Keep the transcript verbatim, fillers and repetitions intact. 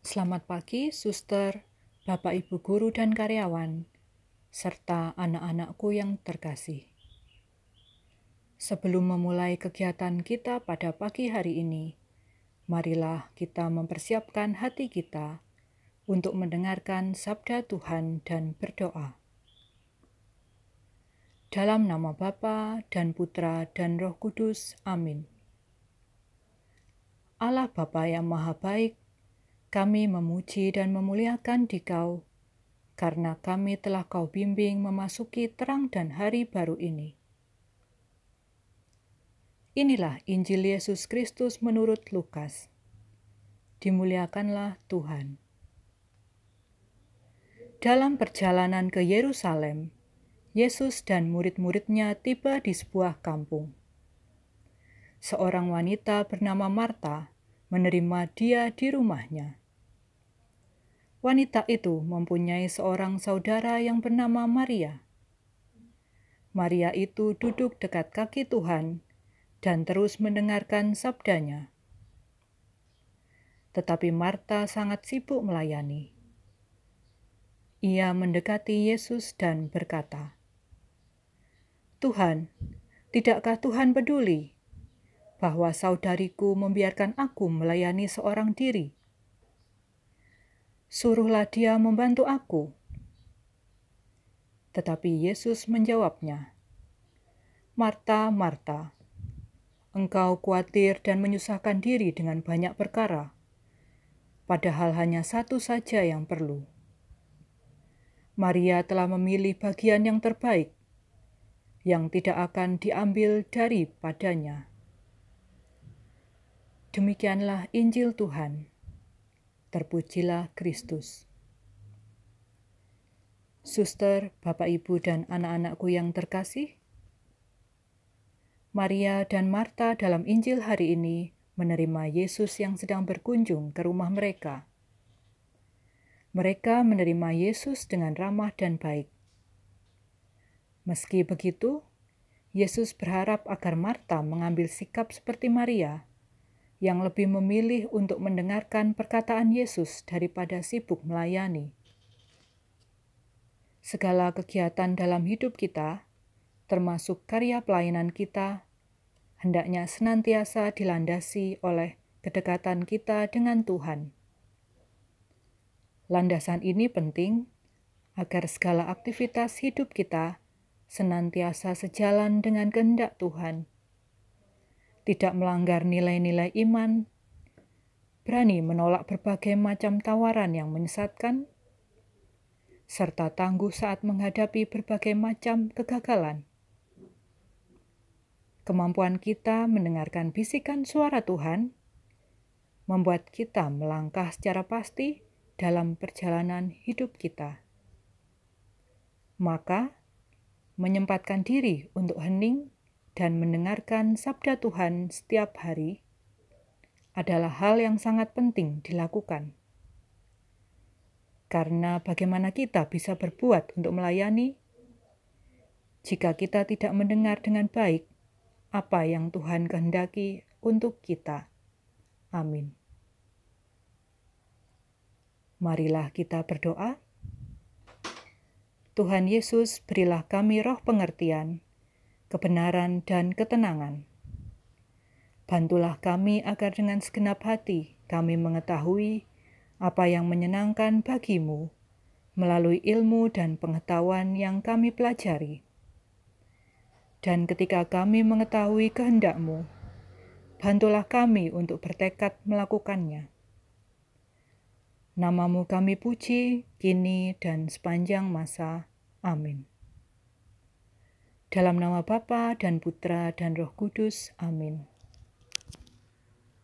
Selamat pagi, suster, Bapak Ibu guru dan karyawan, serta anak-anakku yang terkasih. Sebelum memulai kegiatan kita pada pagi hari ini, marilah kita mempersiapkan hati kita untuk mendengarkan sabda Tuhan dan berdoa. Dalam nama Bapa dan Putra dan Roh Kudus, amin. Allah Bapa yang Maha Baik, kami memuji dan memuliakan Dikau, karena kami telah Kau bimbing memasuki terang dan hari baru ini. Inilah Injil Yesus Kristus menurut Lukas. Dimuliakanlah Tuhan. Dalam perjalanan ke Yerusalem, Yesus dan murid-muridnya tiba di sebuah kampung. Seorang wanita bernama Marta menerima dia di rumahnya. Wanita itu mempunyai seorang saudara yang bernama Maria. Maria itu duduk dekat kaki Tuhan dan terus mendengarkan sabdanya. Tetapi Marta sangat sibuk melayani. Ia mendekati Yesus dan berkata, "Tuhan, tidakkah Tuhan peduli bahwa saudariku membiarkan aku melayani seorang diri? Suruhlah dia membantu aku." Tetapi Yesus menjawabnya, "Marta, Marta, engkau khawatir dan menyusahkan diri dengan banyak perkara, padahal hanya satu saja yang perlu. Maria telah memilih bagian yang terbaik, yang tidak akan diambil daripadanya." Demikianlah Injil Tuhan. Terpujilah Kristus. Suster, Bapak Ibu dan anak-anakku yang terkasih, Maria dan Marta dalam Injil hari ini menerima Yesus yang sedang berkunjung ke rumah mereka. Mereka menerima Yesus dengan ramah dan baik. Meski begitu, Yesus berharap agar Marta mengambil sikap seperti Maria, yang lebih memilih untuk mendengarkan perkataan Yesus daripada sibuk melayani. Segala kegiatan dalam hidup kita, termasuk karya pelayanan kita, hendaknya senantiasa dilandasi oleh kedekatan kita dengan Tuhan. Landasan ini penting agar segala aktivitas hidup kita senantiasa sejalan dengan kehendak Tuhan, tidak melanggar nilai-nilai iman, berani menolak berbagai macam tawaran yang menyesatkan, serta tangguh saat menghadapi berbagai macam kegagalan. Kemampuan kita mendengarkan bisikan suara Tuhan membuat kita melangkah secara pasti dalam perjalanan hidup kita. Maka, menyempatkan diri untuk hening dan mendengarkan sabda Tuhan setiap hari adalah hal yang sangat penting dilakukan. Karena bagaimana kita bisa berbuat untuk melayani jika kita tidak mendengar dengan baik apa yang Tuhan kehendaki untuk kita. Amin. Marilah kita berdoa. Tuhan Yesus, berilah kami roh pengertian, kebenaran, dan ketenangan. Bantulah kami agar dengan segenap hati kami mengetahui apa yang menyenangkan bagimu melalui ilmu dan pengetahuan yang kami pelajari. Dan ketika kami mengetahui kehendak-Mu, bantulah kami untuk bertekad melakukannya. Nama-Mu kami puji, kini dan sepanjang masa. Amin. Dalam nama Bapa dan Putra dan Roh Kudus. Amin.